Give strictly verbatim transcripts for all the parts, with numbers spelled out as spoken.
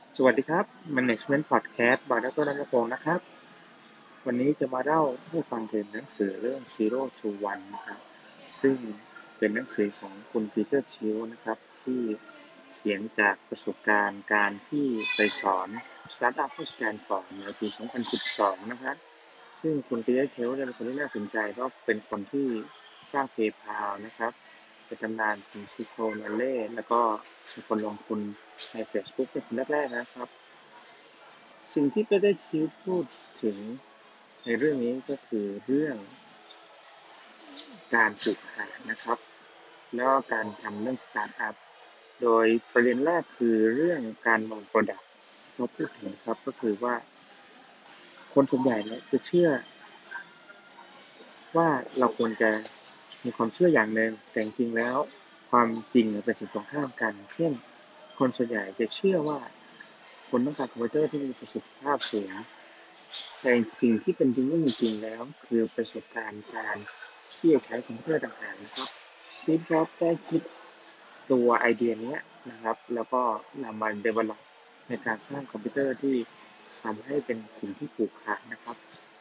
สวัสดีครับ Management Podcast บายดรณัฐพงศ์นะครับวันนี้จะมาเล่าให้ฟังถึงหนังสือเรื่อง Zero to One นะครับซึ่งเป็นหนังสือของคุณปีเตอร์ชิลนะครับที่เขียนจากประสบการณ์การที่ไปสอนสตาร์ทอัพที่สแตนฟอร์ดในปี สองพันสิบสอง นะครับซึ่งคุณปีเตอร์ชิลเป็นคนที่น่าสนใจเพราะเป็นคนที่สร้าง PayPal นะครับเป็นตำนานของซิโคลนเล่แล้วก็เป็นคนลงทุนใน Facebook เป็นคนแรกๆนะครับ สิ่งที่ไปได้คิดพูดถึงในเรื่องนี้ก็คือเรื่องการปลูกขานะครับแล้วก็การทำเรื่องสตาร์ทอัพโดยประเด็นแรกคือเรื่องการมองโปรดักต์ที่เขาพูดถึงครับก็คือว่าคนส่วนใหญ่เนี่ยจะเชื่อว่าเราควรจะมีความเชื่ออย่างหนึ่งแต่จริงๆแล้วความจริงเป็นสิ่งตรงข้ามกันเช่นคนส่วนใหญ่จะเชื่อว่าคนต้องการคอมพิวเตอร์ที่มีประสิทธิภาพสูง แต่สิ่งที่เป็นจริงจริงๆแล้วคือประสบการณ์การที่จะใช้คอมพิวเตอร์ต่างๆนะครับสตีฟจ็อบส์ได้คิดตัวไอเดียนี้นะครับแล้วก็นำมา develop ในการสร้างคอมพิวเตอร์ที่ทำให้เป็นสิ่งที่ผูกขาดนะครับ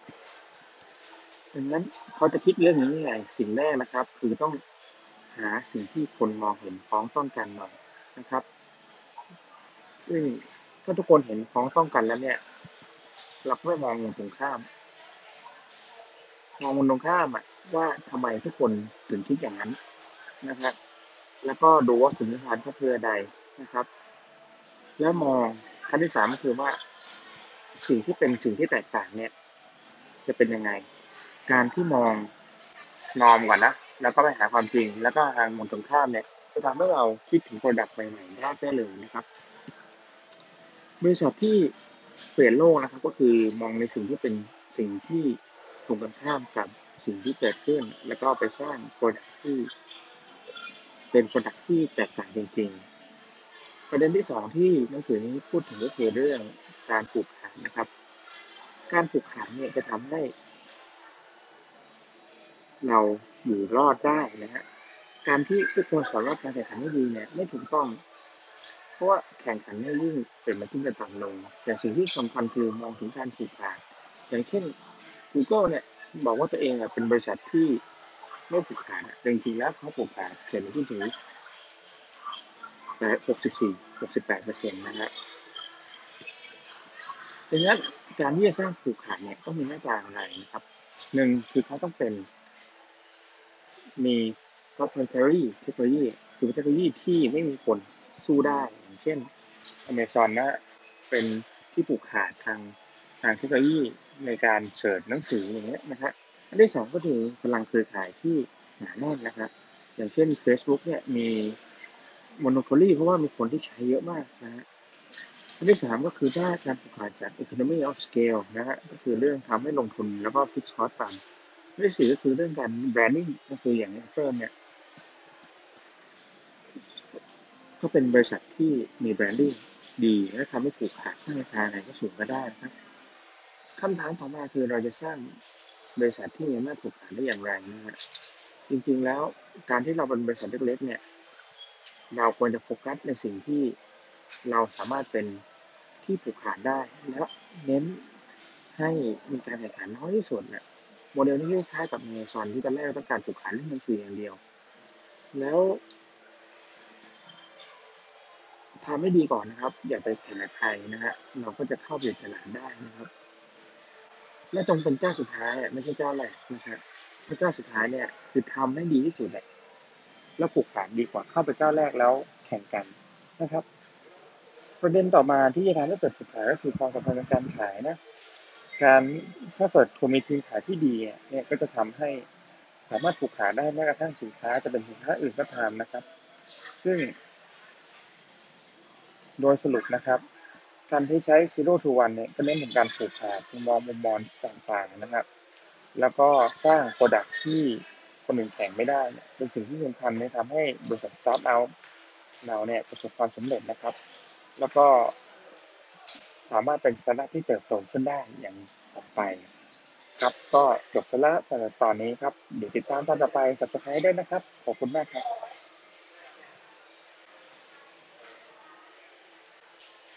ดังนั้นเขาจะคิดเรื่องนี้ยังไงสิ่งแรกนะครับคือต้องหาสิ่งที่คนมองเห็นพ้องต้องกันหน่อยนะครับซึ่งถ้าทุกคนเห็นพ้องต้องกันแล้วเนี่ยเราก็ไม่มองมุมตรงข้าม มองมุมตรงข้ามอะว่าทำไมทุกคนถึงคิดอย่างนั้นนะครับแล้วก็ดูว่าสิ่งที่ทำก็คืออะไรนะครับแล้วมองขั้นที่สามก็คือว่าสิ่งที่เป็นสิ่งที่แตกต่างเนี่ยจะเป็นยังไงการที่มองนอมก่อนนะแล้วก็ไปหาความจริงแล้วก็ทางมุมตรงข้ามเนี่ยจะทำให้เราคิดถึงโปรดักต์ใหม่ๆได้ได้เลยนะครับบริษัทที่เปลี่ยนโลกนะครับก็คือมองในสิ่งที่เป็นสิ่งที่ตรงกันข้ามกับสิ่งที่เกิดขึ้นแล้วก็ไปสร้างโปรดักต์ที่ เป็นโปรดักต์ที่แตกต่างจริงๆประเด็นที่สองที่หนังสือนี้พูดถึงก็คือเรื่องการปลูกขานะครับการปลูกขาเนี่ยจะทำให้เราอยู่รอดได้นะฮะการที่ทุกคนสอนว่าการแข่งขันไม่ดีเนี่ยไม่ถูกต้องเพราะว่าแข่งขันไม่ยิ่งเสร็จมันยิ่งจะต่ำลงแต่สิ่งที่สำคัญคือมองถึงการปลูกขาอย่างเช่น Google เนี่ยบอกว่าตัวเองเป็นบริษัทที่ไม่ผูกขาดแต่จริงๆแล้วเขาผูกขาดเสร็จมันที่ถึงแต่หกสิบสี่หกสิบแปดเปอร์เซ็นต์นะฮะ ดังนั้นการที่จะสร้างผูกขาดเนี่ยต้องมีหน้าตาอะไรนะครับหนึ่งคือเขาต้องเป็นมี proprietary เทคโนโลยีคือเทคโนโลยีที่ไม่มีคนสู้ได้อย่างเช่น Amazon นะเป็นที่ผูกขาดทางทางเทคโนโลยีในการเสิร์ชหนังสืออย่างเงี้ยนะฮะอันที่สองก็คือพลังเครือข่ายที่หนาแน่นนะครับอย่างเช่น Facebook เนี่ยมี monopoly เพราะว่ามีคนที่ใช้เยอะมากนะฮะ อันที่สามก็คือด้านการผูกขาดจาก economy of scale นะฮะก็คือเรื่องทำให้ลงทุนแล้วก็ fixed cost ต่ำอันที่สี่ก็คือเรื่องการ branding ก็คืออย่าง Apple เนี่ยก็เป็นบริษัทที่มี branding ดีและทำให้ผูกขาดในราคาไหนก็สูงก็ได้นะครับคำถามต่อมาคือเราจะสร้างบริษัทที่มีอำนาจผูกขาดได้อย่างไรนะฮะจริงๆแล้วการที่เราเป็นบริษัทเล็กๆเนี่ยเราควรจะโฟกัสในสิ่งที่เราสามารถเป็นที่ผูกขาดได้และเน้น ให้มีการแข่งขันน้อยที่สุดน่ะโมเดลนี้คล้ายๆกับ Amazon ที่ตอนแรกต้องการแข่งขันเรื่องหนังสืออย่างเดียวแล้วทำให้ดีก่อนนะครับอย่าไปแข่งกับใครนะฮะเราก็จะเข้าไปตลาดได้นะครับและจงเป็นเจ้าสุดท้ายไม่ใช่เจ้าแรกนะครับเพราะเจ้าสุดท้ายเนี่ยคือทำให้ดีที่สุดแหละแล้วผูกขาดดีกว่าเข้าไปเจ้าแรกแล้วแข่งกันนะครับประเด็นต่อมาที่จะทำให้เกิดผูกขาดก็คือความสัมพันธ์ในการขายนะ การถ้าเกิดคุณมีทีมขายที่ดีเนี่ยก็จะทำให้สามารถผูกขาดได้แม้กระทั่งสินค้าจะเป็นสินค้าอื่นก็ตามนะครับซึ่งโดยสรุปนะครับการที่ใช้ Zero to One เนี่ยก็เน้นถึงการผูกขาดมองมุมมองต่างๆนะครับแล้วก็สร้าง Product ที่คนอื่นแข่งไม่ได้เป็นสิ่งที่สำคัญในทำให้บริษัทสตาร์ทอัพเราเนี่ยประสบความสำเร็จนะครับแล้วก็สามารถเป็นสตาร์ทอัพที่เติบโตขึ้นได้อย่างต่อไป ครับก็จบไปแล้วสำหรับตอนนี้ครับเดี๋ยวติดตามตอนต่อไป Subscribe ด้วยนะครับขอบคุณมากครับ